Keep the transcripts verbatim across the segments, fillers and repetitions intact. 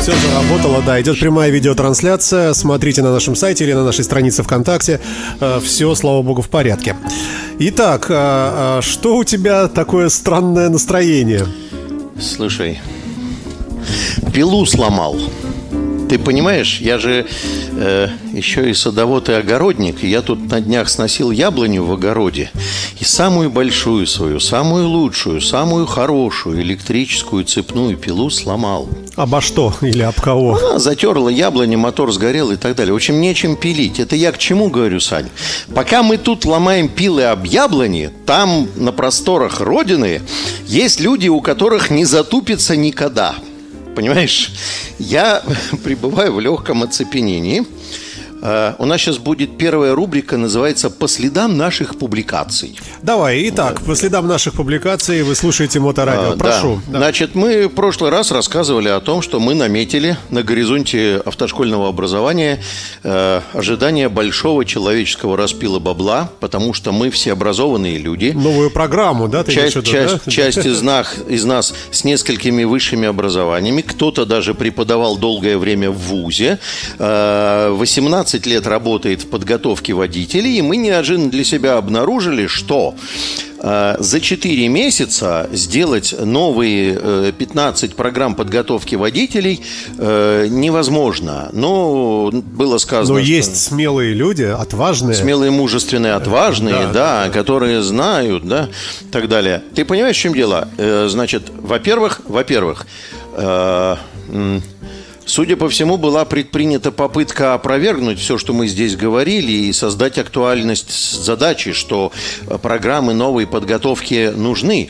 Все заработало, да. Идет прямая видеотрансляция. Смотрите на нашем сайте или на нашей странице ВКонтакте. Все, слава богу, в порядке. Итак, что у тебя такое странное настроение? Слушай, пилу сломал. Ты понимаешь, я же э, еще и садовод и огородник. И я тут на днях сносил яблоню в огороде. И самую большую свою, самую лучшую, самую хорошую электрическую цепную пилу сломал. Обо что или об кого? Она затерла яблоню, мотор сгорел и так далее. В общем, нечем пилить. Это я к чему говорю, Сань? Пока мы тут ломаем пилы об яблони, там на просторах Родины есть люди, у которых не затупится никогда. Понимаешь, я пребываю в легком оцепенении. Uh, у нас сейчас будет первая рубрика, называется «По следам наших публикаций». Давай, итак, по следам наших публикаций вы слушаете Моторадио. Uh, Прошу. Да. Да. Значит, мы в прошлый раз рассказывали о том, что мы наметили на горизонте автошкольного образования uh, ожидание большого человеческого распила бабла, потому что мы все образованные люди. Новую программу, да? Ты часть, виду, часть, да? часть из нас, из нас с несколькими высшими образованиями. Кто-то даже преподавал долгое время в вузе. Uh, восемнадцать лет работает в подготовке водителей, и мы неожиданно для себя обнаружили, что э, за четыре месяца сделать новые э, пятнадцать программ подготовки водителей э, невозможно. Но было сказано, Но что есть смелые люди, отважные. Смелые, мужественные, отважные, да, да, да, которые знают, да, и так далее. Ты понимаешь, в чем дело? Э, значит, во-первых, во-первых, э, судя по всему, была предпринята попытка опровергнуть все, что мы здесь говорили, и создать актуальность задачи, что программы новой подготовки нужны.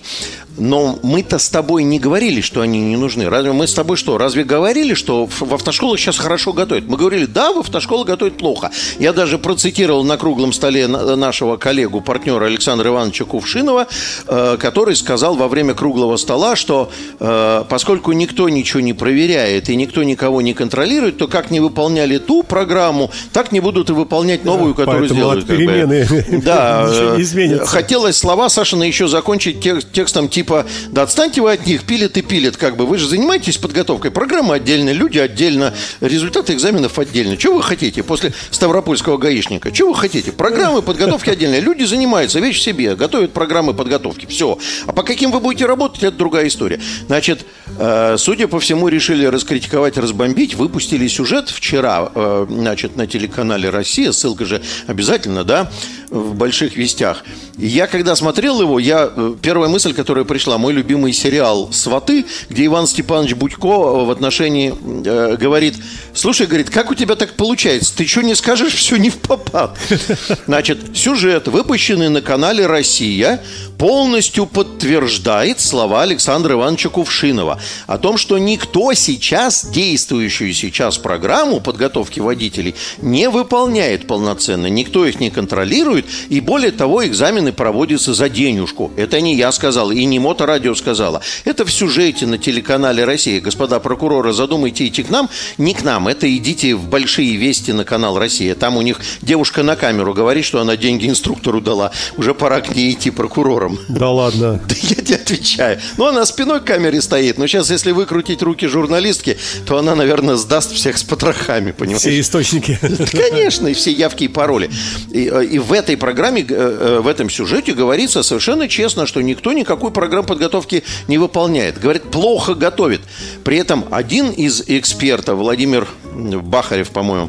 Но мы-то с тобой не говорили, что они не нужны. Разве мы с тобой что? Разве говорили, что в автошколах сейчас хорошо готовят? Мы говорили, да, в автошколах готовят плохо. Я даже процитировал на круглом столе нашего коллегу, партнера Александра Ивановича Кувшинова, который сказал во время круглого стола, что поскольку никто ничего не проверяет и никто никого не контролирует, то как не выполняли ту программу, так не будут и выполнять новую, да, которую сделают. Перемены да, ничего не изменится. Хотелось слова Сашина еще закончить текстом типа Типа, да отстаньте вы от них, пилят и пилят, как бы. Вы же занимаетесь подготовкой. Программа отдельно, люди отдельно, результаты экзаменов отдельно. Чего вы хотите после Ставропольского гаишника? Чего вы хотите? Программы подготовки отдельно. Люди занимаются, вещь в себе, готовят программы подготовки. Все. А по каким вы будете работать, это другая история. Значит, э, судя по всему, решили раскритиковать, разбомбить. Выпустили сюжет вчера, э, значит, на телеканале «Россия». Ссылка же обязательно, да, в больших вестях. И я, когда смотрел его, я, первая мысль, которая пришла, мой любимый сериал «Сваты», где Иван Степанович Будько в отношении э, говорит: слушай, говорит, как у тебя так получается? Ты что не скажешь, все не впопад. Значит, сюжет, выпущенный на канале «Россия», полностью подтверждает слова Александра Ивановича Кувшинова о том, что никто сейчас, действующую сейчас программу подготовки водителей, не выполняет полноценно, никто их не контролирует, и более того, экзамены проводятся за денежку. Это не я сказал, и не Моторадио сказала. Это в сюжете на телеканале «Россия». Господа прокуроры, задумайте идти к нам. Не к нам, это идите в большие вести на канал «Россия». Там у них девушка на камеру говорит, что она деньги инструктору дала. Уже пора к ней идти прокурором. Да ладно. Да я тебе отвечаю. Ну, она спиной к камере стоит. Но сейчас, если выкрутить руки журналистки, то она, наверное, сдаст всех с потрохами, понимаешь? Все источники. Конечно, и все явки и пароли. И, и в этой программе, в этом сюжете говорится совершенно честно, что никто никакой программы подготовки не выполняет. Говорит, плохо готовит. При этом один из экспертов, Владимир Бахарев, по-моему,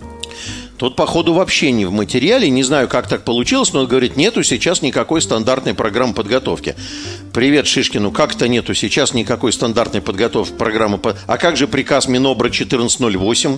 тот, походу, вообще не в материале. Не знаю, как так получилось, но он говорит, нету сейчас никакой стандартной программы подготовки. Привет Шишкину, как-то нету сейчас никакой стандартной подготовки программы. А как же приказ Минобра четырнадцать ноль восемь?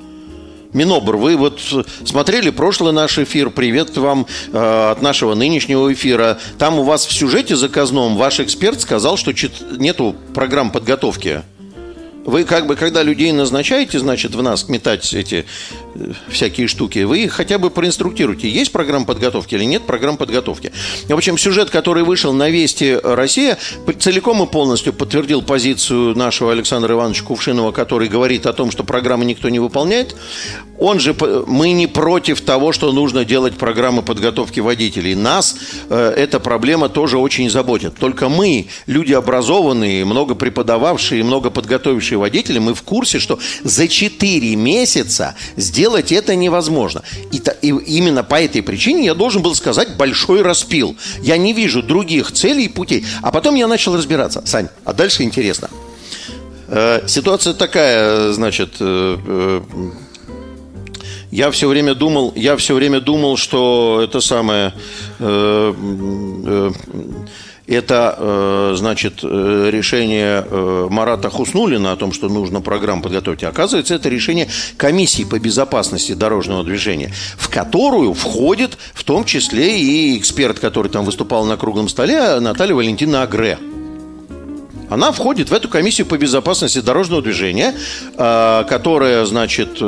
Минобр, вы вот смотрели прошлый наш эфир, привет вам э, от нашего нынешнего эфира. Там у вас в сюжете заказном ваш эксперт сказал, что чет... нету программ подготовки. Вы как бы, когда людей назначаете, значит, в нас метать эти э, всякие штуки, вы их хотя бы проинструктируйте, есть программа подготовки или нет программ подготовки. В общем, сюжет, который вышел на Вести Россия, целиком и полностью подтвердил позицию нашего Александра Ивановича Кувшинова, который говорит о том, что программы никто не выполняет. Он же, мы не против того, что нужно делать программы подготовки водителей. Нас э, эта проблема тоже очень заботит. Только мы, люди образованные, много преподававшие, много подготовившие водители, мы в курсе, что за четыре месяца сделать это невозможно. И, и именно по этой причине я должен был сказать большой распил. Я не вижу других целей и путей. А потом я начал разбираться. Сань, а дальше интересно. Э, ситуация такая, значит... Э, э, Я все время думал, я все время думал, что это самое, э, э, это, э, значит, решение э, Марата Хуснуллина о том, что нужно программу подготовить. Оказывается, это решение комиссии по безопасности дорожного движения, в которую входит в том числе и эксперт, который там выступал на круглом столе, Наталья Валентиновна Агре. Она входит в эту комиссию по безопасности дорожного движения, которая, значит,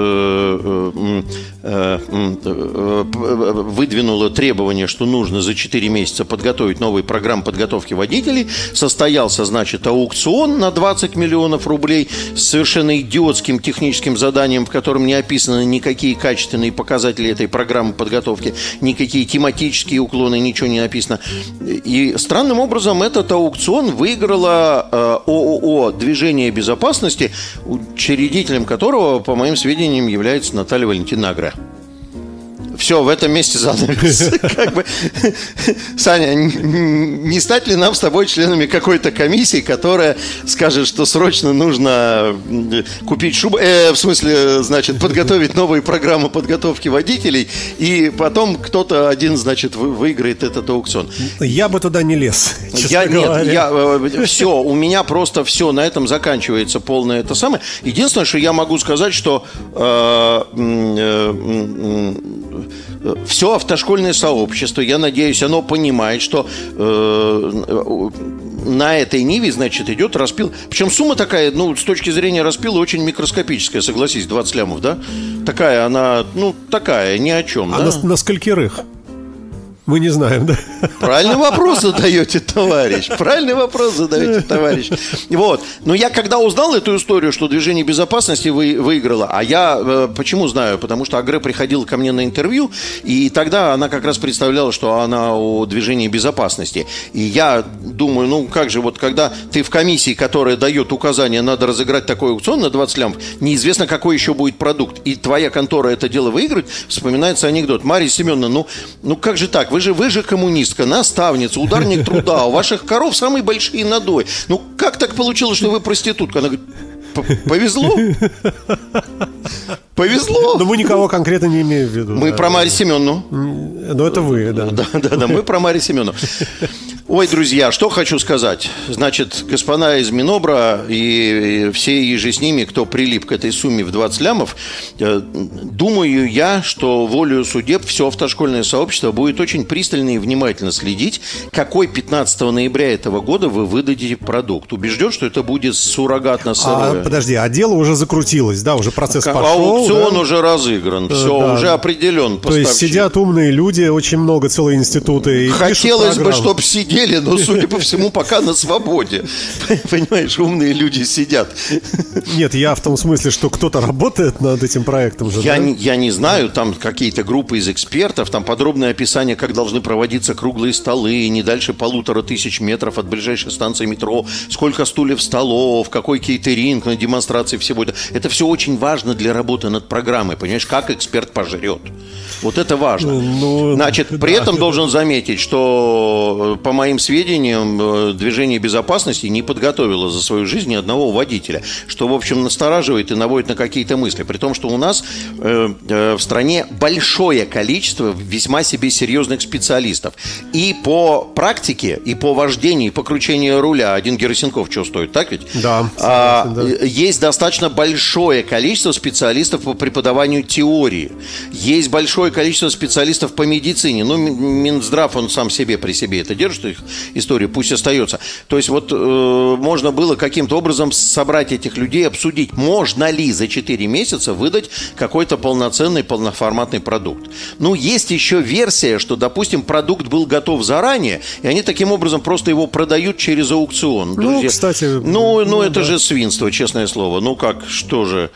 выдвинула требование, что нужно за четыре месяца подготовить новые программы подготовки водителей. Состоялся, значит, аукцион на двадцать миллионов рублей с совершенно идиотским техническим заданием, в котором не описаны никакие качественные показатели этой программы подготовки, никакие тематические уклоны, ничего не написано. И странным образом этот аукцион выиграла ООО «Движение безопасности», учредителем которого, по моим сведениям, является Наталья Валентиновна Агре. Все, в этом месте занавес. Как бы, Саня, не стать ли нам с тобой членами какой-то комиссии, которая скажет, что срочно нужно купить шубу, э, в смысле, значит, подготовить новые программы подготовки водителей, и потом кто-то один, значит, выиграет этот аукцион. Я бы туда не лез. Я нет, я все, у меня просто все на этом заканчивается полное это самое. Единственное, что я могу сказать, что э, э, э, все автошкольное сообщество, я надеюсь, оно понимает, что э, на этой ниве, значит, идет распил. Причем сумма такая, ну, с точки зрения распила, очень микроскопическая, согласись, двадцать лямов, да? Такая она, ну, такая, ни о чем. А да? на, на скольких? Мы не знаем, да? Правильный вопрос задаете, товарищ. Правильный вопрос задаете, товарищ. Вот. Но я когда узнал эту историю, что движение безопасности вы, выиграло, а я э, почему знаю? Потому что Агре приходила ко мне на интервью, и тогда она как раз представляла, что она о движении безопасности. И я думаю, ну как же, вот когда ты в комиссии, которая дает указание, надо разыграть такой аукцион на двадцать лямов, неизвестно, какой еще будет продукт, и твоя контора это дело выиграет, вспоминается анекдот. Марья Семеновна, ну, ну как же так? Вы же, вы же коммунистка, наставница, ударник труда, у ваших коров самые большие надои. Ну, как так получилось, что вы проститутка? Она говорит, повезло. Повезло. Но мы никого конкретно не имеем в виду. Мы да, про да. Марью Семеновну. Ну, это вы, да. Да, да, да, мы про Марью Семеновну. Ой, друзья, что хочу сказать. Значит, господа из Минобра и все еже с ними, кто прилип к этой сумме в двадцать лямов, думаю я, что волею судеб все автошкольное сообщество будет очень пристально и внимательно следить, какой пятнадцатого ноября этого года вы выдадите продукт. Убежден, что это будет суррогатно-сырое. А, подожди, а дело уже закрутилось, да, уже процесс а, пошел. Аукцион да? уже разыгран, все, да. уже определен. То есть сидят умные люди, очень много, целые институты. И хотелось бы, чтобы сидели, но, судя по всему, пока на свободе. Понимаешь, умные люди сидят. Нет, я в том смысле, что кто-то работает над этим проектом же, я, да? не, я не знаю, там какие-то группы из экспертов, там подробное описание, как должны проводиться круглые столы, не дальше полутора тысяч метров от ближайшей станции метро, сколько стульев, столов, какой кейтеринг на демонстрации всего этого. Это все очень важно для работы над программой, понимаешь, как эксперт пожрет. Вот это важно. Ну, Значит, при да, этом да. должен заметить, что, по моим сведениям, движение безопасности не подготовило за свою жизнь ни одного водителя, что, в общем, настораживает и наводит на какие-то мысли. При том, что у нас э, э, в стране большое количество весьма себе серьезных специалистов. И по практике, и по вождению, и по кручению руля один Герасенков что стоит, так ведь? Да. А, да. Есть достаточно большое количество специалистов по преподаванию теории. Есть большое количество специалистов по медицине. Ну, Минздрав, он сам себе при себе это держит, их историю, пусть остается. То есть вот э, можно было каким-то образом собрать этих людей, обсудить, можно ли за четыре месяца выдать какой-то полноценный, полноформатный продукт. Ну, есть еще версия, что, допустим, продукт был готов заранее, и они таким образом просто его продают через аукцион. Ну, друзья. Кстати... Ну, ну, ну это да. же свинство, честное слово. Ну как, что же...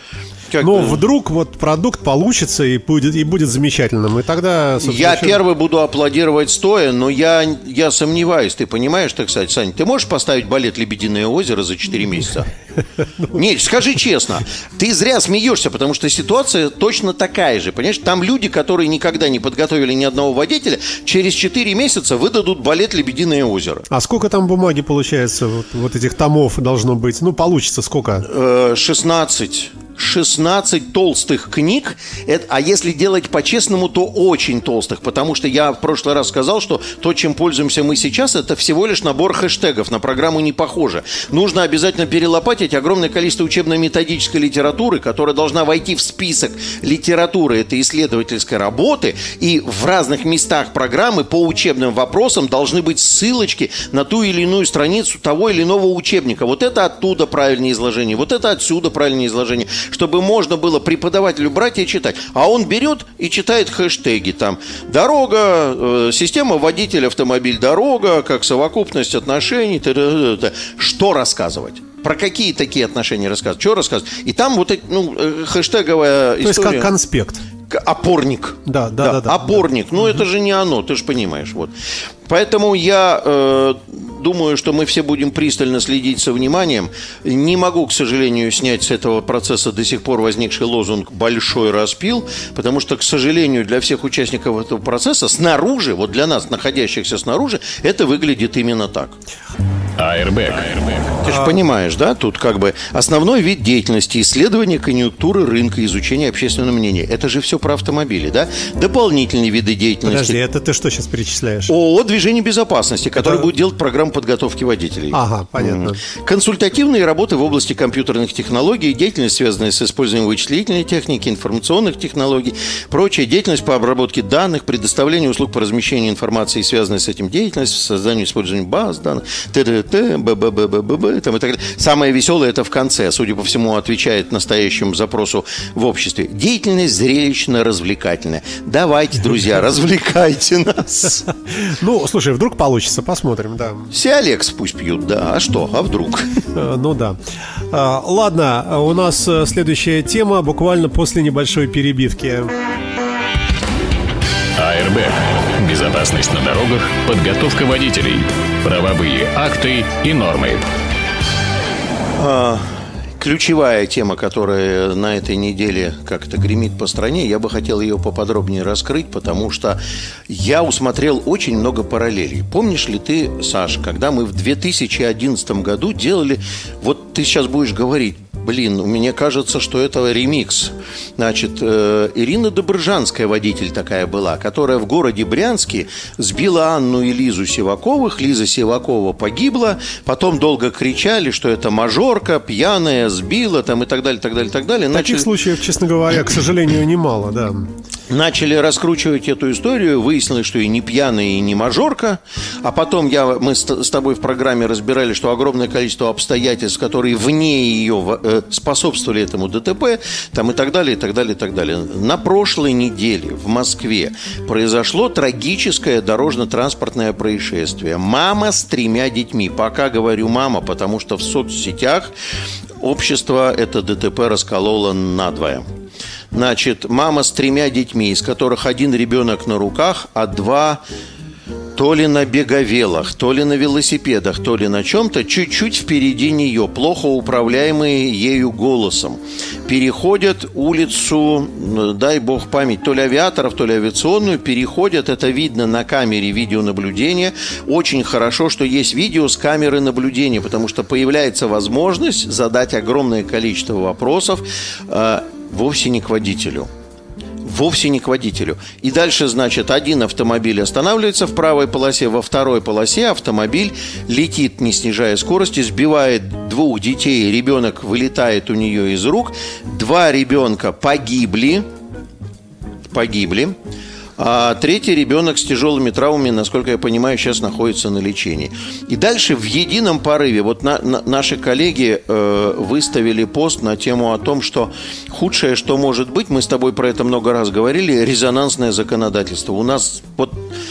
Как но бы... вдруг вот продукт получится и будет, и будет замечательным. И тогда, я еще... первый буду аплодировать стоя, но я, я сомневаюсь. Ты понимаешь, так сказать, Сань, ты можешь поставить балет «Лебединое озеро» за четыре месяца? Нет, скажи честно, ты зря смеешься, потому что ситуация точно такая же. Понимаешь, там люди, которые никогда не подготовили ни одного водителя, через четыре месяца выдадут балет «Лебединое озеро». А сколько там бумаги получается? Вот, вот этих томов должно быть. Ну, получится сколько? шестнадцать. шестнадцать толстых книг, это, а если делать по-честному, то очень толстых, потому что я в прошлый раз сказал, что то, чем пользуемся мы сейчас, это всего лишь набор хэштегов, на программу не похоже. Нужно обязательно перелопатить огромное количество учебно-методической литературы, которая должна войти в список литературы этой исследовательской работы, и в разных местах программы по учебным вопросам должны быть ссылочки на ту или иную страницу того или иного учебника. Вот это оттуда правильное изложение, вот это отсюда правильное изложение, чтобы можно было преподавателю брать и читать. А он берет и читает хэштеги там. Дорога, э, система водитель, автомобиль, дорога, как совокупность отношений. Т-т-т-т. Что рассказывать? Про какие такие отношения рассказывать? Что рассказывать? И там вот ну, хэштеговая история. То есть как конспект. Опорник. Да, да, да. да, да опорник. Да. Ну, это же не оно, ты же понимаешь. Вот. Поэтому я э, думаю, что мы все будем пристально следить со вниманием. Не могу, к сожалению, снять с этого процесса до сих пор возникший лозунг «большой распил», потому что, к сожалению, для всех участников этого процесса снаружи, вот для нас, находящихся снаружи, это выглядит именно так. Airbag. Ты же понимаешь, да? Тут как бы основной вид деятельности — исследование конъюнктуры рынка, изучение общественного мнения. Это же все про автомобили, да? Дополнительные виды деятельности. Подожди, это ты что сейчас перечисляешь? ООО «Движение безопасности», который это... будет делать программу подготовки водителей. Ага, понятно. Mm. Консультативные работы в области компьютерных технологий, деятельность, связанная с использованием вычислительной техники, информационных технологий, прочая деятельность по обработке данных, предоставлению услуг по размещению информации, связанной с этим деятельностью, созданию и использованию баз данных, т.д.т., б.б.б.б.б. Там и так далее. Самое веселое это в конце, судя по всему, отвечает настоящему запросу в обществе. Деятельность зрелищно-развлекательная. Давайте, друзья, развлекайте нас. Ну, слушай, вдруг получится, посмотрим, да. Сиалекс пусть пьют, да. А что, а вдруг? Ну да. Ладно, у нас следующая тема буквально после небольшой перебивки. Airbag. Безопасность на дорогах, подготовка водителей, правовые акты и нормы. А, ключевая тема, которая на этой неделе как-то гремит по стране, я бы хотел ее поподробнее раскрыть, потому что я усмотрел очень много параллелей. Помнишь ли ты, Саш, когда мы в две тысячи одиннадцатом году делали, вот ты сейчас будешь говорить, блин, мне кажется, что это ремикс. Значит, э, Ирина Добрыжанская, водитель такая была, которая в городе Брянске сбила Анну и Лизу Сиваковых. Лиза Сивакова погибла. Потом долго кричали, что это мажорка, пьяная, сбила, там и так далее, так далее, так далее. Таких Начали... случаев, честно говоря, к сожалению, немало, да. Начали раскручивать эту историю. Выяснилось, что и не пьяная, и не мажорка. А потом я, мы с, с тобой в программе разбирали, что огромное количество обстоятельств, которые вне ее э, способствовали этому ДТП, там и так далее, и так далее, и так далее. На прошлой неделе в Москве произошло трагическое дорожно-транспортное происшествие. Мама с тремя детьми. Пока говорю мама, потому что в соцсетях общество это ДТП раскололо надвое. Значит, мама с тремя детьми, из которых один ребенок на руках, а два то ли на беговелах, то ли на велосипедах, то ли на чем-то, чуть-чуть впереди нее, плохо управляемые ею голосом, переходят улицу, дай бог память, то ли авиаторов, то ли авиационную, переходят, это видно на камере видеонаблюдения. Очень хорошо, что есть видео с камеры наблюдения, потому что появляется возможность задать огромное количество вопросов э, вовсе не к водителю. Вовсе не к водителю. И дальше, значит, один автомобиль останавливается в правой полосе, во второй полосе автомобиль летит, не снижая скорости, сбивает двух детей, ребенок вылетает у нее из рук, два ребенка погибли, погибли, а третий ребенок с тяжелыми травмами, насколько я понимаю, сейчас находится на лечении. И дальше в едином порыве вот на, на, наши коллеги э, выставили пост на тему о том, что худшее, что может быть, мы с тобой про это много раз говорили, резонансное законодательство. У нас вот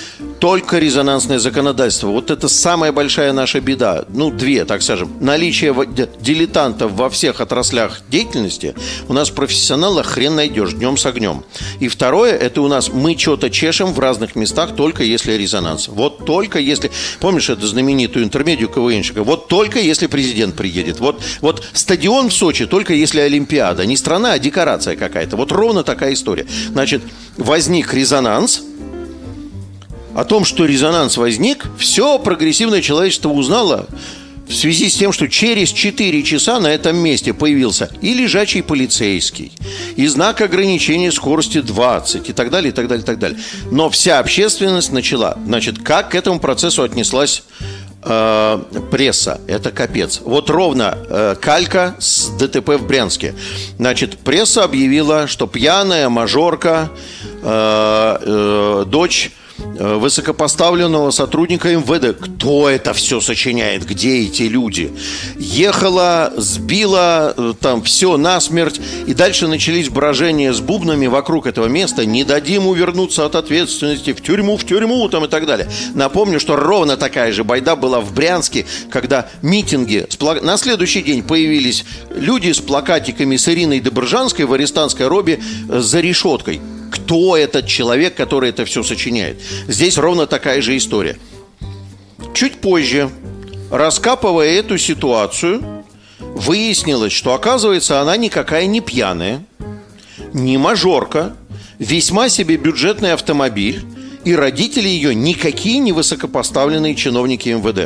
только резонансное законодательство. Вот это самая большая наша беда. Ну, две, так скажем. Наличие дилетантов во всех отраслях деятельности. У нас профессионала хрен найдешь, днем с огнем. И второе, это у нас мы что-то чешем в разных местах, только если резонанс. Вот только если... Помнишь эту знаменитую интермедию КВНщика? Вот только если президент приедет. Вот, вот стадион в Сочи только если Олимпиада. Не страна, а декорация какая-то. Вот ровно такая история. Значит, возник резонанс. О том, что резонанс возник, все прогрессивное человечество узнало в связи с тем, что через четыре часа на этом месте появился и лежачий полицейский, и знак ограничения скорости двадцать, и так далее, и так далее, и так далее. Но вся общественность начала. Значит, как к этому процессу отнеслась э, пресса? Это капец. Вот ровно э, калька с ДТП в Брянске. Значит, пресса объявила, что пьяная мажорка, э, э, дочь высокопоставленного сотрудника эм вэ дэ. Кто это все сочиняет? Где эти люди? Ехала, сбила там все насмерть. И дальше начались брожения с бубнами вокруг этого места. Не дадим увернуться от ответственности. В тюрьму, в тюрьму там и так далее. Напомню, что ровно такая же байда была в Брянске, когда митинги. На следующий день появились люди с плакатиками с Ириной Добржанской в арестантской робе за решеткой. Кто этот человек, который это все сочиняет? Здесь ровно такая же история. Чуть позже, раскапывая эту ситуацию, выяснилось, что, оказывается, она никакая не пьяная, не мажорка, весьма себе бюджетный автомобиль, и родители ее никакие не высокопоставленные чиновники эм вэ дэ.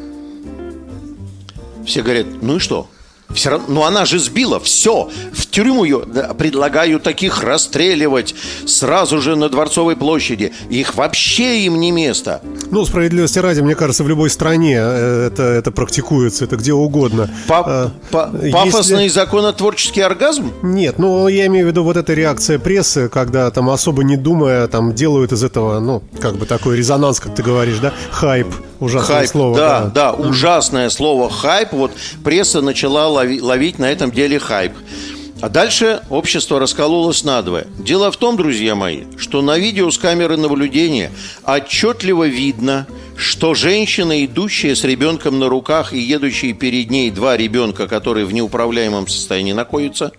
Все говорят, ну и что? Все равно, но она же сбила, все, в тюрьму ее, да, предлагаю таких расстреливать сразу же на Дворцовой площади. Их вообще им не место. Ну, справедливости ради, мне кажется, в любой стране это, это практикуется, это где угодно. Па- па- пафосный Если... законотворческий оргазм? Нет, ну, я имею в виду вот эта реакция прессы, когда там особо не думая, там делают из этого, ну, как бы такой резонанс, как ты говоришь, да, хайп. Ужасное хайп, слово. Да, да, да, ужасное слово хайп. Вот пресса начала лови, ловить на этом деле хайп. А дальше общество раскололось надвое. Дело в том, друзья мои, что на видео с камеры наблюдения отчетливо видно, что женщина, идущая с ребенком на руках и едущие перед ней два ребенка, которые в неуправляемом состоянии находятся,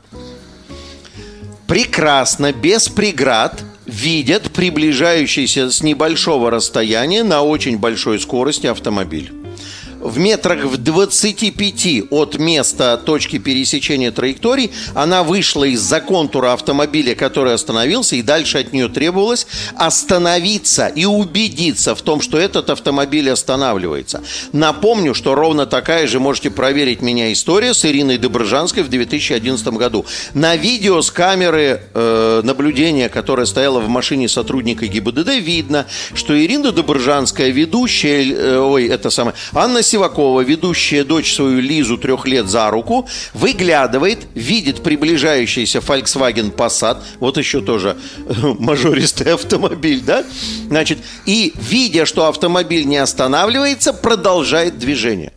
прекрасно, без преград видят приближающийся с небольшого расстояния на очень большой скорости автомобиль. В метрах в двадцати пяти от места точки пересечения траекторий она вышла из-за контура автомобиля, который остановился, и дальше от нее требовалось остановиться и убедиться в том, что этот автомобиль останавливается. Напомню, что ровно такая же, можете проверить меня, история с Ириной Добржанской в две тысячи одиннадцатом году. На видео с камеры э, наблюдения, которая стояла в машине сотрудника ГИБДД, видно, что Ирина Добржанская, ведущая, э, ой, это самое, Анна Сивакова, ведущая дочь свою Лизу трех лет за руку, выглядывает, видит приближающийся Volkswagen Passat, вот еще тоже мажористый автомобиль, да? Значит, и, видя, что автомобиль не останавливается, продолжает движение.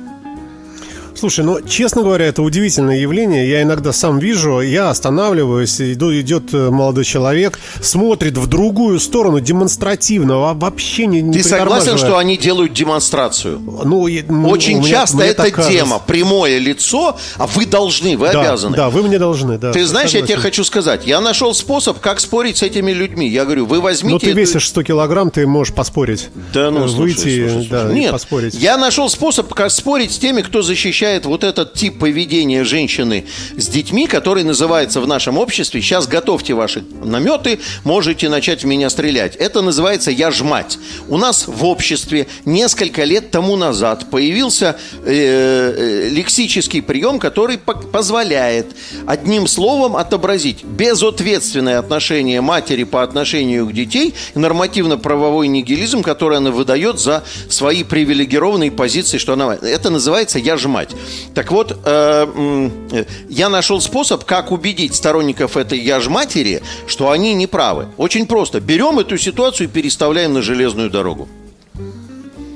Слушай, ну, честно говоря, это удивительное явление. Я иногда сам вижу, я останавливаюсь, иду, идет молодой человек, смотрит в другую сторону демонстративно, вообще не, не Ты согласен, что они делают демонстрацию? Ну, очень меня, часто мне эта тема, прямое лицо, а вы должны, вы да, обязаны. Да, вы мне должны, да. Ты знаешь, согласен. Я тебе хочу сказать, я нашел способ, как спорить с этими людьми. Я говорю, вы возьмите... Ну, ты весишь сто килограмм, ты можешь поспорить. Да, ну, слушай, выйти, слушай, слушай. Да, Нет, поспорить. Я нашел способ, как спорить с теми, кто защищает вот этот тип поведения женщины с детьми, который называется в нашем обществе, сейчас готовьте ваши наметы, можете начать в меня стрелять. Это называется «я ж мать». У нас в обществе несколько лет тому назад появился э, э, лексический прием, который по- позволяет одним словом отобразить безответственное отношение матери по отношению к детей и нормативно-правовой нигилизм, который она выдает за свои привилегированные позиции, что она... Это называется «я ж мать». Так вот, э, э, я нашел способ, как убедить сторонников этой «я ж матери», что они не правы. Очень просто. Берем эту ситуацию и переставляем на железную дорогу.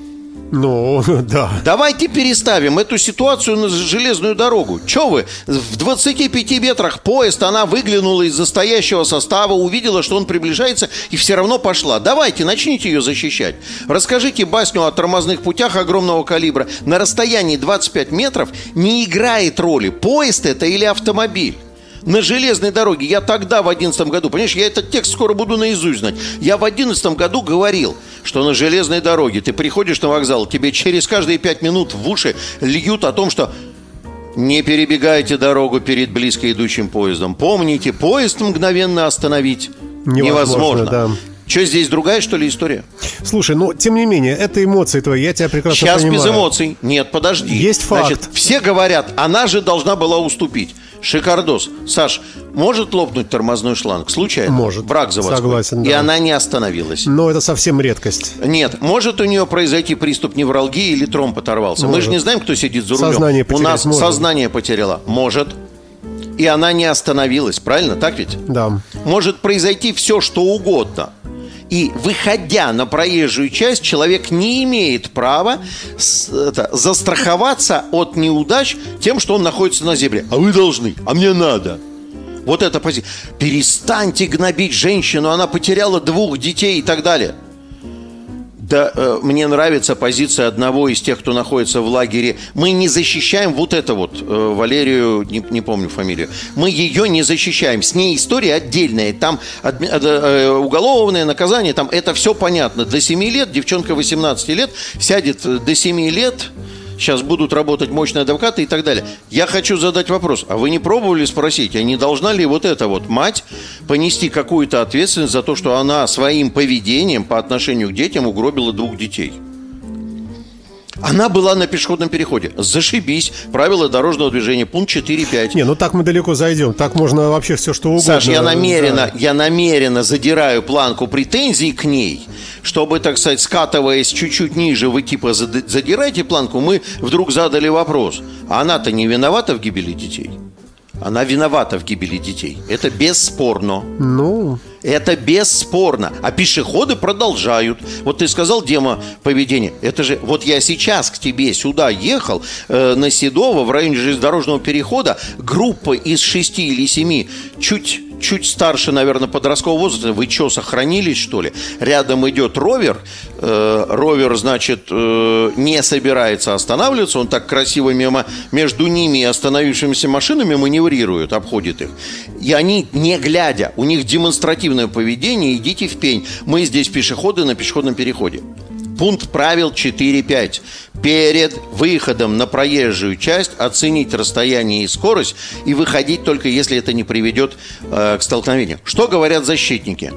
Ну, да. Давайте переставим эту ситуацию на железную дорогу. Че вы? В двадцати пяти метрах поезд, она выглянула из-за стоящего состава, увидела, что он приближается, и все равно пошла. Давайте, начните ее защищать. Расскажите басню о тормозных путях огромного калибра. На расстоянии двадцать пять метров не играет роли, поезд это или автомобиль. На железной дороге я тогда в одиннадцатом году, понимаешь, я этот текст скоро буду наизусть знать. Я в одиннадцатом году говорил, что на железной дороге ты приходишь на вокзал, тебе через каждые пять минут в уши льют о том, что не перебегайте дорогу перед близко идущим поездом. Помните, поезд мгновенно остановить невозможно. невозможно. Да. Что, здесь другая, что ли, история? Слушай, ну, тем не менее, это эмоции твои, я тебя прекрасно Сейчас понимаю. Сейчас без эмоций. Нет, подожди. Есть факт. Значит, все говорят, она же должна была уступить. Шикардос. Саш, может лопнуть тормозной шланг? Случайно? Может. Брак заводской. Согласен, да. И она не остановилась. Но это совсем редкость. Нет. Может у нее произойти приступ невралгии или тромб оторвался? Может. Мы же не знаем, кто сидит за рулем. Сознание у нас может. сознание потеряла. Может. И она не остановилась. Правильно? Так ведь? Да. Может произойти все, что угодно. И, выходя на проезжую часть, человек не имеет права с, это, застраховаться от неудач тем, что он находится на зебре. А вы должны, а мне надо. Вот это позиция. Перестаньте гнобить женщину, она потеряла двух детей и так далее. Да, э, мне нравится позиция одного из тех, кто находится в лагере. Мы не защищаем вот это вот, э, Валерию, не, не помню фамилию. Мы ее не защищаем. С ней история отдельная. Там адми, э, уголовное наказание, там это все понятно. До семи лет, девчонка восемнадцати лет, сядет до семи лет. Сейчас будут работать мощные адвокаты и так далее. Я хочу задать вопрос. А вы не пробовали спросить, а не должна ли вот эта вот мать понести какую-то ответственность за то, что она своим поведением по отношению к детям угробила двух детей? Она была на пешеходном переходе. Зашибись. Правила дорожного движения. Пункт четыре пять. Не, ну так мы далеко зайдем. Так можно вообще все, что угодно. Саш, я намеренно, да. я намеренно задираю планку претензий к ней, чтобы, так сказать, скатываясь чуть-чуть ниже, вы типа задираете планку, мы вдруг задали вопрос. А она-то не виновата в гибели детей? Она виновата в гибели детей. Это бесспорно. Ну... Это бесспорно. А пешеходы продолжают. Вот ты сказал, Дема, поведение. Это же, вот я сейчас к тебе сюда ехал, э, на Седово, в районе железнодорожного перехода, группа из шести или семи, чуть, чуть старше, наверное, подросткового возраста. Вы что, сохранились, что ли? Рядом идет ровер. Э, ровер, значит, э, не собирается останавливаться. Он так красиво мимо, между ними и остановившимися машинами маневрирует, обходит их. И они, не глядя, у них демонстративно поведение, идите в пень. Мы здесь пешеходы на пешеходном переходе. Пункт правил четыре пять. Перед выходом на проезжую часть оценить расстояние и скорость и выходить только если это не приведет э, к столкновению. Что говорят защитники?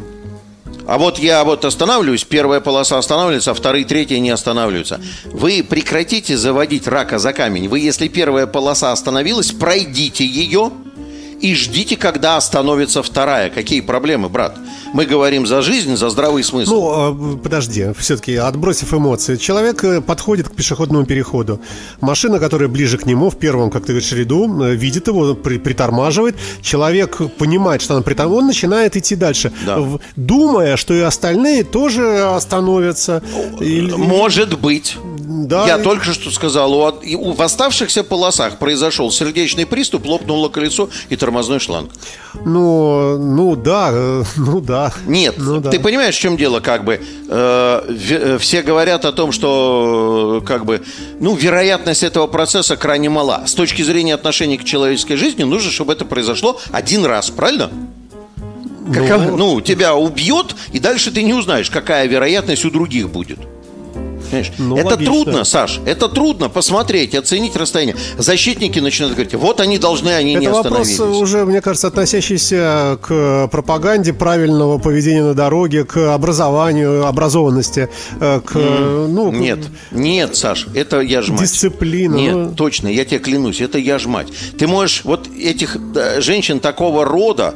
А вот я вот останавливаюсь, первая полоса останавливается, а вторые, третья не останавливаются. Вы прекратите заводить рака за камень. Вы, если первая полоса остановилась, пройдите ее и ждите, когда остановится вторая. Какие проблемы, брат? Мы говорим за жизнь, за здравый смысл. Ну, подожди, все-таки отбросив эмоции. Человек подходит к пешеходному переходу. Машина, которая ближе к нему, в первом, как ты говоришь, ряду, видит его, при, притормаживает. Человек понимает, что она притормаживает, он начинает идти дальше, да. Думая, что и остальные тоже остановятся. Может быть. Да. Я только что сказал, у, в оставшихся полосах произошел сердечный приступ, лопнуло колесо и тормозной шланг. Ну, ну да, ну да. Нет, ну, да. Ты понимаешь, в чем дело, как бы э, все говорят о том, что как бы, ну, вероятность этого процесса крайне мала. С точки зрения отношения к человеческой жизни нужно, чтобы это произошло один раз, правильно? Какова, ну, ну, тебя убьет, и дальше ты не узнаешь, какая вероятность у других будет. Ну, это логично. Трудно, Саш, это трудно посмотреть, оценить расстояние. Защитники начинают говорить, вот они должны, они это не остановились. Это вопрос уже, мне кажется, относящийся к пропаганде правильного поведения на дороге, к образованию, образованности, к... Mm. Ну, нет, к... нет, Саш, это я ж мать. Дисциплина. Нет, ну... точно, я тебе клянусь, это я ж мать. Ты можешь вот этих женщин такого рода,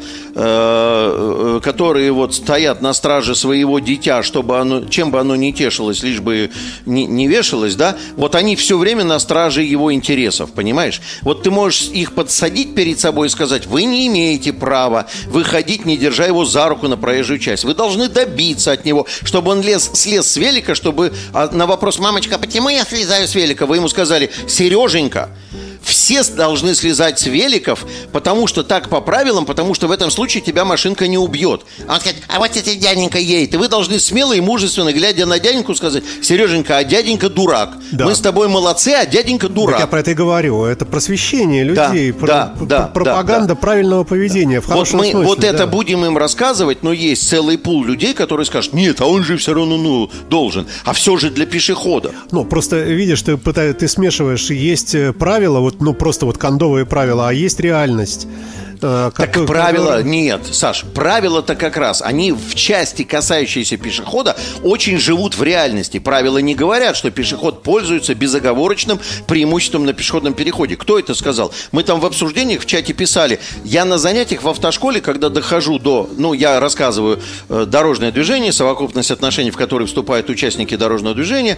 э, которые вот стоят на страже своего дитя, чтобы оно, чем бы оно ни тешилось, лишь бы не, не вешалось, да, вот они все время на страже его интересов, понимаешь? Вот ты можешь их подсадить перед собой и сказать: вы не имеете права выходить, не держа его за руку на проезжую часть. Вы должны добиться от него, чтобы он лез, слез с велика, чтобы на вопрос: мамочка, почему я слезаю с велика? Вы ему сказали: Сереженька, все должны слезать с великов, потому что так по правилам, потому что в этом случае тебя машинка не убьет. А он скажет: а вот это дяденька едет. И вы должны смело и мужественно, глядя на дяденьку, сказать: Сереженька, а дяденька дурак. Да. Мы с тобой молодцы, а дяденька дурак. Так я про это и говорю. Это просвещение людей, да, про, да, про, да, пропаганда да, правильного поведения в хорошем вот мы, смысле. Вот да. это будем им рассказывать, но есть целый пул людей, которые скажут: нет, а он же все равно ну, должен. А все же для пешехода. Ну, просто видишь, ты, ты смешиваешь, есть правила, вот, ну, просто вот кондовые правила, а есть реальность. Так как, правила, как... нет, Саш, правила-то как раз, они в части, касающиеся пешехода, очень живут в реальности. Правила не говорят, что пешеход пользуется безоговорочным преимуществом на пешеходном переходе. Кто это сказал? Мы там в обсуждениях в чате писали: я на занятиях в автошколе, когда дохожу до, ну, я рассказываю э, дорожное движение, совокупность отношений, в которые вступают участники дорожного движения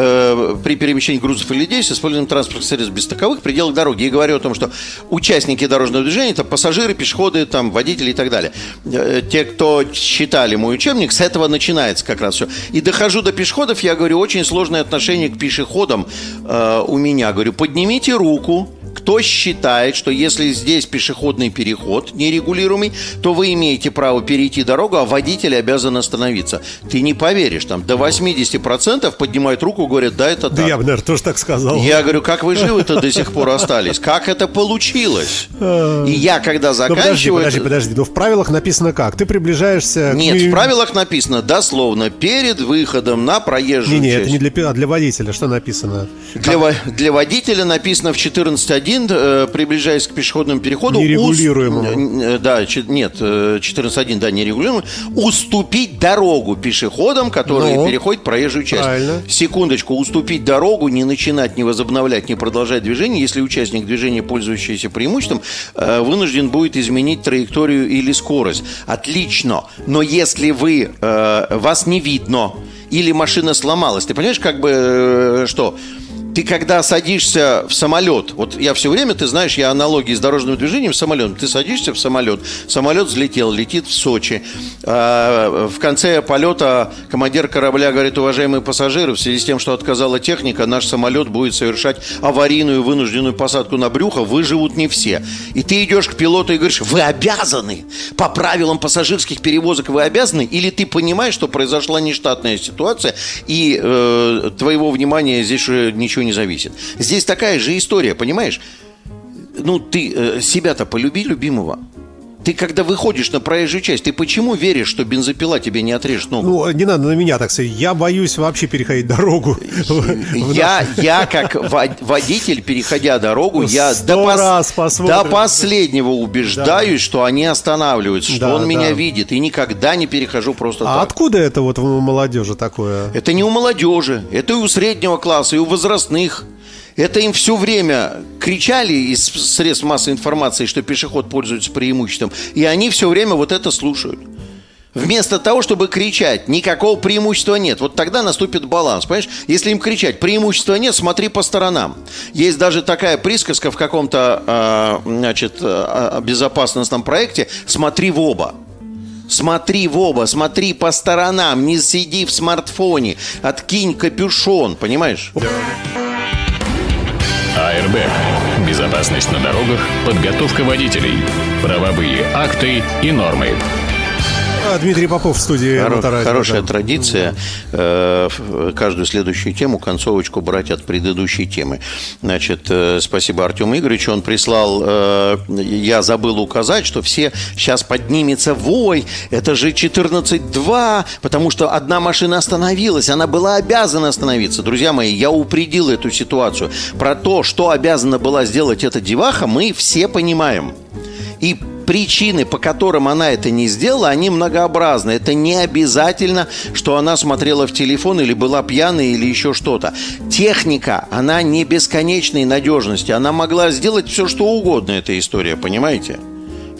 э, при перемещении грузов или людей с использованием транспортных средств без таковых в пределах дороги. И говорю о том, что участники дорожного движения — это пассажиры, Пассажиры, пешеходы, там, водители и так далее. Те, кто читали мой учебник, с этого начинается как раз все. И дохожу до пешеходов, я говорю: очень сложное отношение к пешеходам э, у меня. Говорю: поднимите руку, кто считает, что если здесь пешеходный переход нерегулируемый, то вы имеете право перейти дорогу, а водитель обязан остановиться. Ты не поверишь, там до восемьдесят процентов поднимают руку, говорят: да, это так. Да я бы, наверное, тоже так сказал. Я говорю: как вы живы-то до сих пор остались? Как это получилось? И я, когда заканчиваю... Подожди, подожди, подожди. Но в правилах написано как? Ты приближаешься... Нет, в правилах написано дословно: перед выходом на проезжую часть. Не, не, часть. это не для, а для водителя. Что написано? Для, для водителя написано в четырнадцать один, э, приближаясь к пешеходному переходу... Нерегулируемому. Ус... Да, ч... нет, четырнадцать один, да, нерегулируемому. Уступить дорогу пешеходам, которые Но... переходят проезжую часть. Правильно. Секундочку, уступить дорогу, не начинать, не возобновлять, не продолжать движение, если участник движения, пользующийся преимуществом, э, вынужден будет изменить траекторию или скорость. Отлично. Но если вы, э, вас не видно, или машина сломалась, ты понимаешь, как бы, э, что... Ты когда садишься в самолет, вот я все время, ты знаешь, я аналогии с дорожным движением, самолетом. Ты садишься в самолет, самолет взлетел, летит в Сочи. А в конце полета командир корабля говорит: уважаемые пассажиры, в связи с тем, что отказала техника, наш самолет будет совершать аварийную вынужденную посадку на брюхо, выживут не все. И ты идешь к пилоту и говоришь: вы обязаны, по правилам пассажирских перевозок вы обязаны, или ты понимаешь, что произошла нештатная ситуация, и э, твоего внимания здесь уже ничего не зависит. Здесь такая же история, понимаешь? Ну, ты э, себя-то полюби любимого. Ты, когда выходишь на проезжую часть, ты почему веришь, что бензопила тебе не отрежет ногу? Ну, не надо на меня так сказать. Я боюсь вообще переходить дорогу. Я, я как водитель, переходя дорогу, я до, пос... до последнего убеждаюсь, да. что они останавливаются, что да, он да. меня видит. И никогда не перехожу просто а так. А откуда это вот у молодежи такое? Это не у молодежи. Это и у среднего класса, и у возрастных. Это им все время кричали из средств массовой информации, что пешеход пользуется преимуществом. И они все время вот это слушают. Вместо того, чтобы кричать: никакого преимущества нет. Вот тогда наступит баланс, понимаешь? Если им кричать: преимущества нет, смотри по сторонам. Есть даже такая присказка в каком-то э, значит, э, безопасностном проекте: смотри в оба. Смотри в оба, смотри по сторонам, не сиди в смартфоне, откинь капюшон, понимаешь? АРБ. Безопасность на дорогах, подготовка водителей, правовые акты и нормы. Дмитрий Попов в студии. Хоро- Хорошая да. традиция э, каждую следующую тему концовочку брать от предыдущей темы. Значит, э, спасибо Артему Игоревичу. Он прислал, э, я забыл указать, что все сейчас поднимется вой. Это же четырнадцать два, потому что одна машина остановилась. Она была обязана остановиться. Друзья мои, я упредил эту ситуацию. Про то, что обязана была сделать эта деваха, мы все понимаем. И причины, по которым она это не сделала, они многообразны. Это не обязательно, что она смотрела в телефон или была пьяной или еще что-то. Техника, она не бесконечной надежности. Она могла сделать все, что угодно, эта история, понимаете?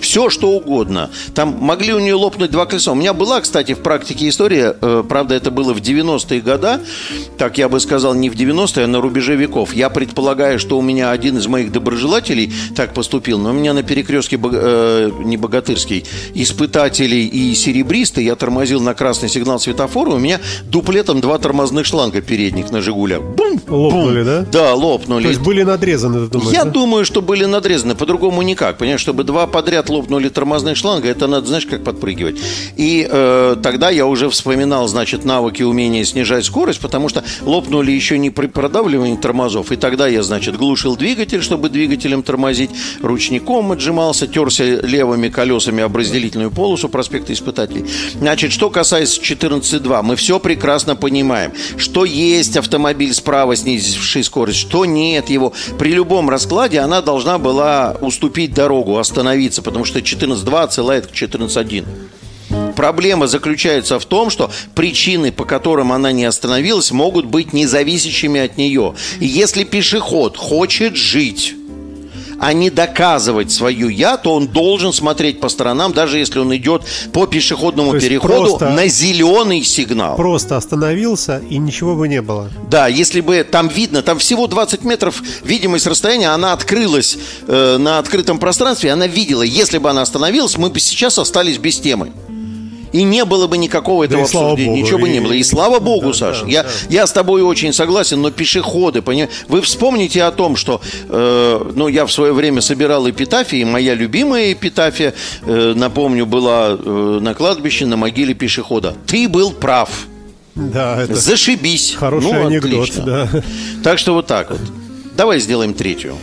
Все, что угодно. Там могли у нее лопнуть два колеса. У меня была, кстати, в практике история, э, правда, это было в девяностые годы, так я бы сказал, не в девяностые, а на рубеже веков. Я предполагаю, что у меня один из моих доброжелателей так поступил, но у меня на перекрестке, э, не Богатырский, испытателей и серебристый, я тормозил на красный сигнал светофора, у меня дуплетом два тормозных шланга передних на «Жигулях». Бум! Лопнули, бум. да? Да, лопнули. То есть были надрезаны, ты думаешь? Я да? думаю, что были надрезаны, по-другому никак. Понимаешь, чтобы два подряд лопнули тормозные шланга, это надо, знаешь, как подпрыгивать. И э, тогда я уже вспоминал, значит, навыки, умения снижать скорость, потому что лопнули еще не при продавливании тормозов. И тогда я, значит, глушил двигатель, чтобы двигателем тормозить, ручником отжимался, терся левыми колесами об разделительную полосу проспекта Испытателей. Значит, что касается четырнадцать два, мы все прекрасно понимаем, что есть автомобиль справа, снизивший скорость, что нет его. При любом раскладе она должна была уступить дорогу, остановиться, потому что четырнадцать два отсылает к четырнадцать один. Проблема заключается в том, что причины, по которым она не остановилась, могут быть независящими от нее. И если пешеход хочет жить, а не доказывать свою «я», то он должен смотреть по сторонам, даже если он идет по пешеходному переходу на зеленый сигнал. Просто остановился, и ничего бы не было. Да, если бы там видно, там всего двадцать метров видимость расстояния, она открылась э, на открытом пространстве, она видела. Если бы она остановилась, мы бы сейчас остались без темы. И не было бы никакого этого да обсуждения, ничего бы не было. И слава богу, да, Саша, да, я, да. я с тобой очень согласен, но пешеходы, понимаете, вы вспомните о том, что, э, ну, я в свое время собирал эпитафии, моя любимая эпитафия, э, напомню, была э, на кладбище на могиле пешехода. Ты был прав. Да, это зашибись. Хороший ну, анекдот, отлично. Да. Так что вот так вот. Давай сделаем третью.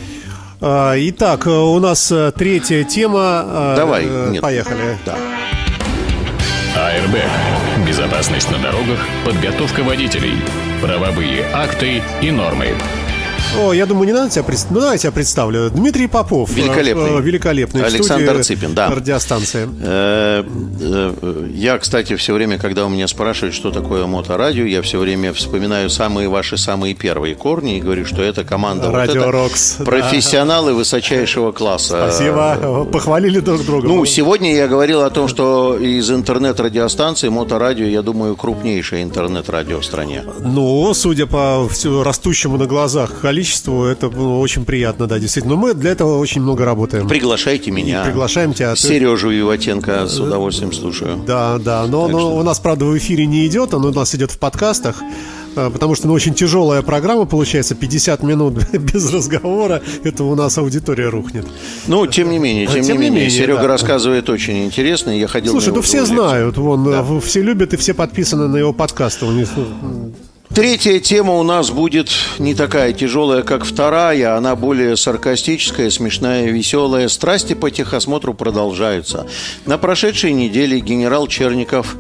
Итак, у нас третья тема. Давай, нет. Поехали. Да. Airbag. Безопасность на дорогах, подготовка водителей, правовые акты и нормы. О, я думаю, не надо тебя представить. Ну, давай я тебя представлю. Дмитрий Попов. Великолепный. Великолепный. Александр Цыпин, да. Радиостанция. Я, кстати, все время, когда у меня спрашивают, что такое моторадио, я все время вспоминаю самые ваши самые первые корни и говорю, что это команда Радио вот Рокс. Профессионалы да. высочайшего класса. Спасибо. Похвалили друг друга. Ну, сегодня я говорил о том, что из интернет-радиостанции моторадио, я думаю, крупнейшее интернет-радио в стране. Ну, судя по все растущему на глазах количеству, это было очень приятно, да, действительно. Но мы для этого очень много работаем. Приглашайте меня. И приглашаем тебя. Сережу Виватенко с удовольствием слушаю. Да, да. Но, но что... у нас, правда, в эфире не идет, оно у нас идет в подкастах. Потому что ну, очень тяжелая программа получается, пятьдесят минут без разговора, это у нас аудитория рухнет. Ну, тем не менее, тем, тем не, не менее, Серега да. рассказывает очень интересно, я ходил. Слушай, ну все лекцию. знают, вон, да. все любят и все подписаны на его подкасты. У них... Третья тема у нас будет не такая тяжелая, как вторая. Она более саркастическая, смешная, веселая. Страсти по техосмотру продолжаются. На прошедшей неделе генерал Черников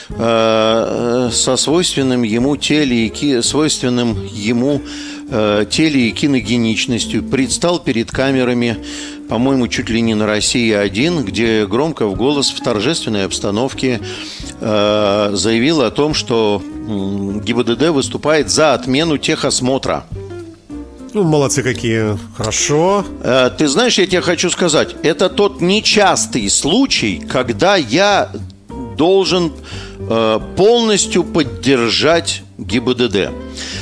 э, со свойственным ему теле и ки, свойственным ему э, теле и киногеничностью предстал перед камерами, по-моему, чуть ли не на России один, где громко в голос в торжественной обстановке э, заявил о том, что э, ГИБДД выступает за отмену техосмотра. Ну, молодцы какие. Хорошо. Э, ты знаешь, я тебе хочу сказать, это тот нечастый случай, когда я должен э, полностью поддержать ГИБДД.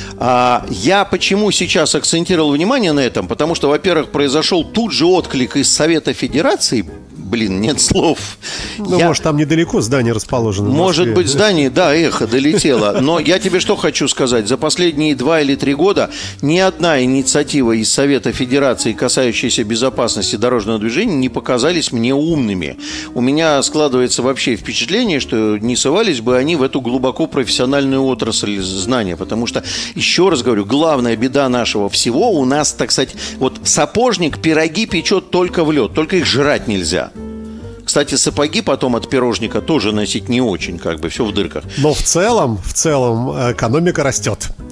Я почему сейчас акцентировал внимание на этом? Потому что, во-первых, произошел тут же отклик из Совета Федерации. Блин, нет слов. Ну, я... может, там недалеко здание расположено. Может быть, здание, да, эхо долетело. Но я тебе что хочу сказать. За последние два или три года ни одна инициатива из Совета Федерации, касающаяся безопасности дорожного движения, не показались мне умными. У меня складывается вообще впечатление, что не совались бы они в эту глубоко профессиональную отрасль знания. Потому что, еще раз говорю, главная беда нашего всего у нас, так сказать, вот сапожник пироги печет только в лед, только их жрать нельзя. Кстати, сапоги потом от пирожника тоже носить не очень, как бы все в дырках. Но в целом, в целом экономика растет.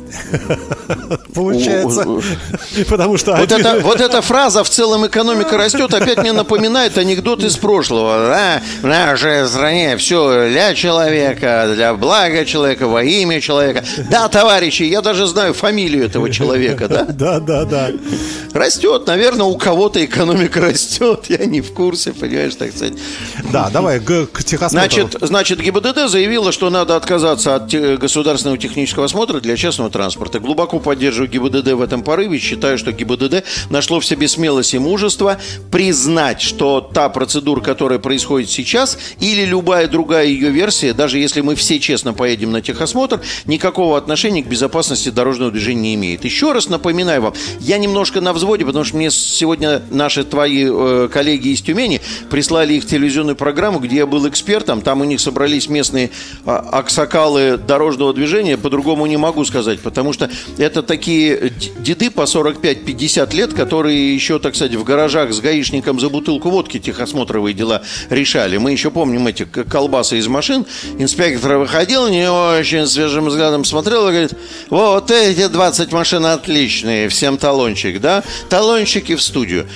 Получается. Потому что... Вот, это, вот эта фраза «в целом экономика растет» опять мне напоминает анекдот из прошлого. Да? В нашей стране все для человека, для блага человека, во имя человека. Да, товарищи, я даже знаю фамилию этого человека. Да, да, да, да. Растет, наверное, у кого-то экономика растет. Я не в курсе, понимаешь, так сказать. Да, давай к, к техосмотру. Значит, значит, ГИБДД заявила, что надо отказаться от те, государственного технического осмотра для частного транспорта. Глубоко поддерживаю ГИБДД в этом порыве. Считаю, что ГИБДД нашло в себе смелость и мужество признать, что та процедура, которая происходит сейчас, или любая другая ее версия, даже если мы все честно поедем на техосмотр, никакого отношения к безопасности дорожного движения не имеет. Еще раз напоминаю вам, я немножко на взводе, потому что мне сегодня наши твои э, коллеги из Тюмени прислали их телевизионную программу, где я был экспертом. Там у них собрались местные э, аксакалы дорожного движения. По-другому не могу сказать, потому что это такие деды по сорок пять - пятьдесят лет, которые еще, так сказать, в гаражах с гаишником за бутылку водки техосмотровые дела решали. Мы еще помним эти колбасы из машин. Инспектор выходил, не очень свежим взглядом смотрел и говорит: вот эти двадцать машин отличные, всем талончик, да? Талончики в студию.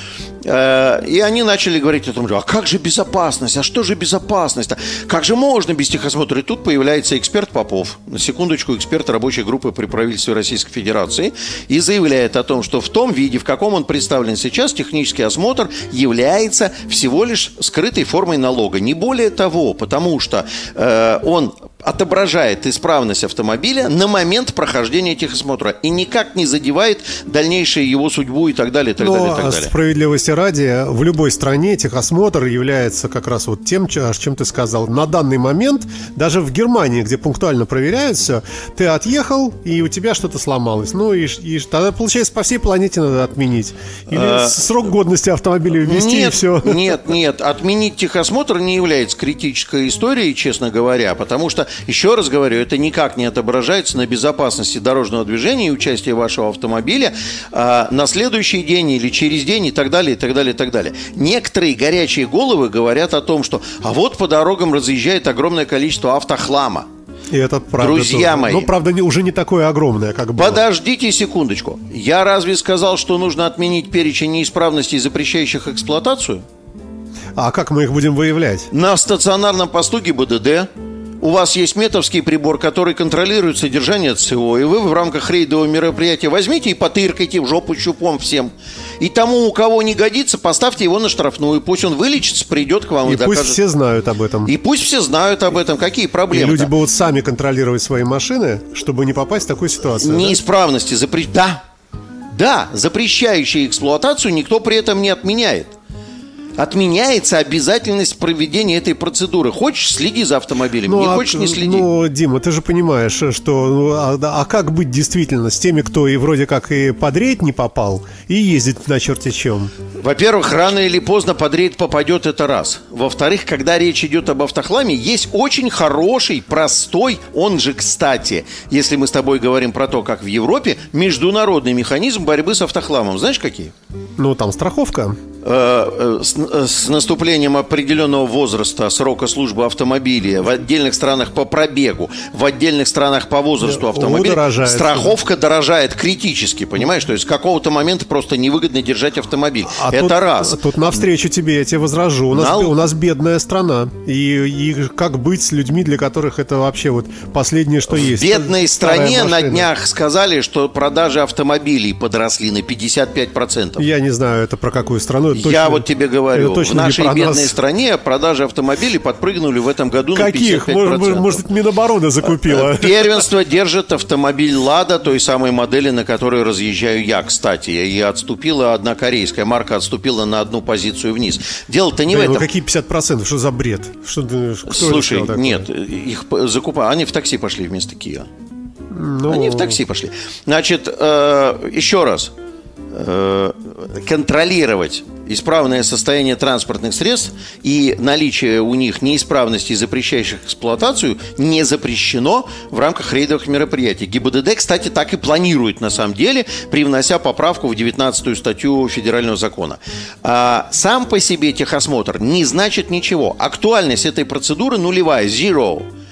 И они начали говорить о том, а как же безопасность, а что же безопасность, как же можно без техосмотра? И тут появляется эксперт Попов, на секундочку, эксперт рабочей группы при правительстве Российской Федерации, и заявляет о том, что в том виде, в каком он представлен сейчас, технический осмотр является всего лишь скрытой формой налога, не более того, потому что э, он отображает исправность автомобиля на момент прохождения техосмотра и никак не задевает дальнейшую его судьбу и так далее, и так Но далее, и так далее. Справедливости ради, в любой стране техосмотр является как раз вот тем, о чем ты сказал. На данный момент, даже в Германии, где пунктуально проверяют все, ты отъехал, и у тебя что-то сломалось. Ну и, и тогда, получается, по всей планете надо отменить. Или а... срок годности автомобиля ввести, нет, и все. Нет, нет, отменить техосмотр не является критической историей, честно говоря, потому что, еще раз говорю, это никак не отображается на безопасности дорожного движения и участия вашего автомобиля а, на следующий день или через день и так далее, и так далее, и так далее. Некоторые горячие головы говорят о том, что а вот по дорогам разъезжает огромное количество автохлама. И это правда. Друзья тоже. мои. Ну, правда, не, уже не такое огромное, как было. Подождите секундочку. Я разве сказал, что нужно отменить перечень неисправностей, запрещающих эксплуатацию? А как мы их будем выявлять? На стационарном посту ГИБДД у вас есть метовский прибор, который контролирует содержание ЦО, и вы в рамках рейдового мероприятия возьмите и потыркайте в жопу щупом всем. И тому, у кого не годится, поставьте его на штрафную. Пусть он вылечится, придет к вам и, и докажет. Пусть все знают об этом. И пусть все знают об этом. Какие проблемы? И люди будут сами контролировать свои машины, чтобы не попасть в такую ситуацию. Неисправности. Да? Запре... Да. Да, запрещающие эксплуатацию никто при этом не отменяет. Отменяется обязательность проведения этой процедуры. Хочешь, следи за автомобилем, ну, не а, хочешь, не следи. Ну, Дима, ты же понимаешь, что ну, а, а как быть действительно с теми, кто и вроде как и под рейд не попал, и ездит на черте чем? Во-первых, рано или поздно под рейд попадет, это раз. Во-вторых, когда речь идет об автохламе, есть очень хороший, простой, он же, кстати, если мы с тобой говорим про то, как в Европе, международный механизм борьбы с автохламом. Знаешь, какие? Ну, там страховка. С, с наступлением определенного возраста срока службы автомобиля в отдельных странах по пробегу, в отдельных странах по возрасту автомобиля дорожает. Страховка дорожает критически, понимаешь? То есть с какого-то момента просто невыгодно держать автомобиль. А это тут, раз. Тут навстречу тебе, я тебе возражу. У нас, Нал... у нас бедная страна. И, и как быть с людьми, для которых это вообще вот последнее, что в есть? В бедной стране на днях сказали, что продажи автомобилей подросли на пятьдесят пять процентов. Я не знаю, это про какую страну. Точно, я вот тебе говорю, в нашей бедной стране продажи автомобилей подпрыгнули в этом году на пятьдесят пять процентов. Каких? Может, Минобороны закупила? Первенство держит автомобиль «Лада», той самой модели, на которой разъезжаю я, кстати. И отступила одна корейская марка, отступила на одну позицию вниз. Дело-то не да, в этом. Ну какие пятьдесят процентов? Что за бред? Что, кто Слушай, нет, их закупают. Они в такси пошли вместо Kia. Ну... Они в такси пошли. Значит, э, еще раз. Контролировать исправное состояние транспортных средств и наличие у них неисправностей, запрещающих эксплуатацию, не запрещено в рамках рейдовых мероприятий. ГИБДД, кстати, так и планирует на самом деле, привнося поправку в девятнадцатую статью федерального закона. А сам по себе техосмотр не значит ничего. Актуальность этой процедуры нулевая, zero.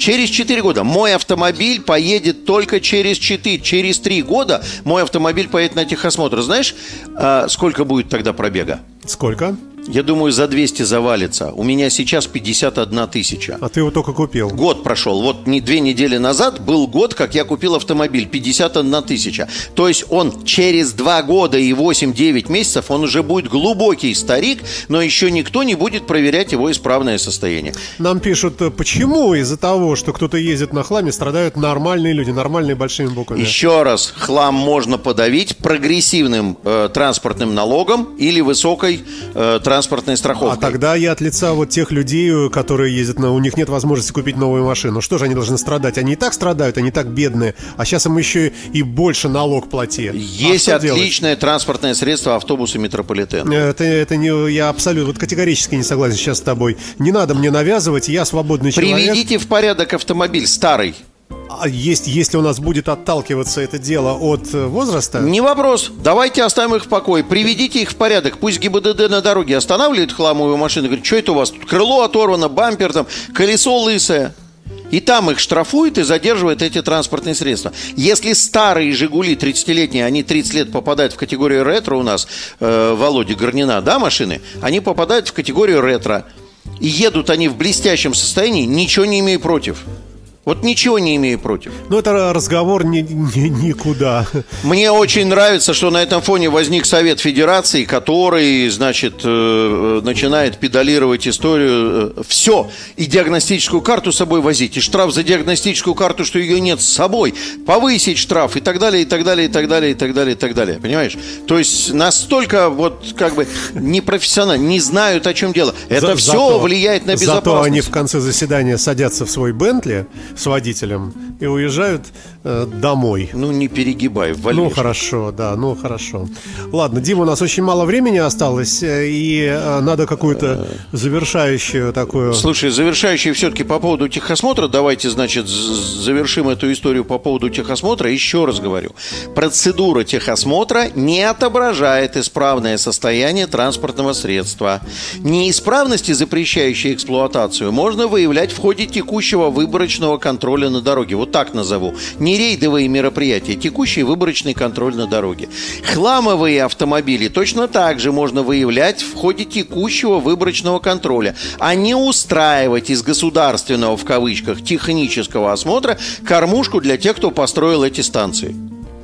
Через четыре года. Мой автомобиль поедет только через четыре. Через три года мой автомобиль поедет на техосмотр. Знаешь, а, сколько будет тогда пробега? Сколько? Я думаю, за двести завалится. У меня сейчас пятьдесят одна тысяча. А ты его только купил? Год прошел. Вот не две недели назад был год, как я купил автомобиль. пятьдесят одна тысяча. То есть он через два года и восемь-девять месяцев, он уже будет глубокий старик, но еще никто не будет проверять его исправное состояние. Нам пишут, почему из-за того, что кто-то ездит на хламе, страдают нормальные люди, нормальные большими буквами. Еще раз, хлам можно подавить прогрессивным э, транспортным налогом или высокой э, транспортной страховкой. А тогда я от лица вот тех людей, которые ездят, на, у них нет возможности купить новую машину. Что же они должны страдать? Они и так страдают, они и так бедные. А сейчас им еще и больше налог плати. Есть а отличное делать? транспортное средство автобусы метрополитен. Это, это не, я абсолютно, вот категорически не согласен сейчас с тобой. Не надо мне навязывать, я свободный человек. Приведите в порядок автомобиль старый. А есть, если у нас будет отталкиваться это дело от возраста? Не вопрос. Давайте оставим их в покое. Приведите их в порядок. Пусть ГИБДД на дороге останавливает хламовую машину. Говорит, что это у вас тут? Крыло оторвано, бампер там, колесо лысое. И там их штрафуют и задерживают эти транспортные средства. Если старые «Жигули» тридцатилетние, они тридцать лет попадают в категорию ретро у нас, э, Володи Горнина, да, машины, они попадают в категорию ретро. И едут они в блестящем состоянии, ничего не имею против. Вот ничего не имею против. Ну, это разговор ни, ни, никуда. Мне очень нравится, что на этом фоне возник Совет Федерации, который, значит, э, начинает педалировать историю. Э, все, и диагностическую карту с собой возить, и штраф за диагностическую карту, что ее нет с собой, повысить штраф, и так далее, и так далее, и так далее, и так далее, и так далее. Понимаешь? То есть настолько вот как бы непрофессионально, не знают, о чем дело. Это За, все зато, влияет на безопасность. Зато они в конце заседания садятся в свой Бентли с водителем и уезжают э, домой. Ну, не перегибай, валишь. Ну, хорошо, да, ну, хорошо. Ладно, Дима, у нас очень мало времени осталось, и э, надо какую-то завершающую такую... Слушай, завершающую все-таки по поводу техосмотра, давайте, значит, завершим эту историю по поводу техосмотра. Еще раз говорю, процедура техосмотра не отображает исправное состояние транспортного средства. Неисправности, запрещающие эксплуатацию, можно выявлять в ходе текущего выборочного контроля на дороге. Вот так назову. Не рейдовые мероприятия, текущий выборочный контроль на дороге. Хламовые автомобили точно так же можно выявлять в ходе текущего выборочного контроля, а не устраивать из государственного, в кавычках, технического осмотра кормушку для тех, кто построил эти станции.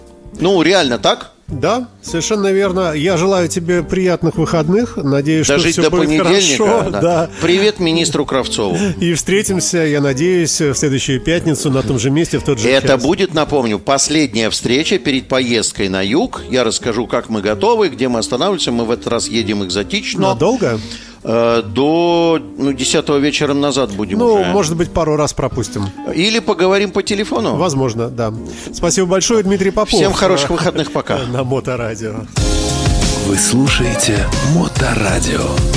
Ну, реально так? Да, совершенно верно. Я желаю тебе приятных выходных. Надеюсь, Дожить что все до будет понедельника. хорошо. Да. Да. Привет министру Кравцову. И встретимся, я надеюсь, в следующую пятницу на том же месте, в тот же Это час. будет, напомню, последняя встреча перед поездкой на юг. Я расскажу, как мы готовы, где мы останавливаемся. Мы в этот раз едем экзотично. Надолго? До ну, десятого вечером назад будем Ну, уже. может быть, пару раз пропустим. Или поговорим по телефону. Возможно, да. Спасибо большое, Дмитрий Попов. Всем хороших выходных, пока. На Моторадио. Вы слушаете Моторадио.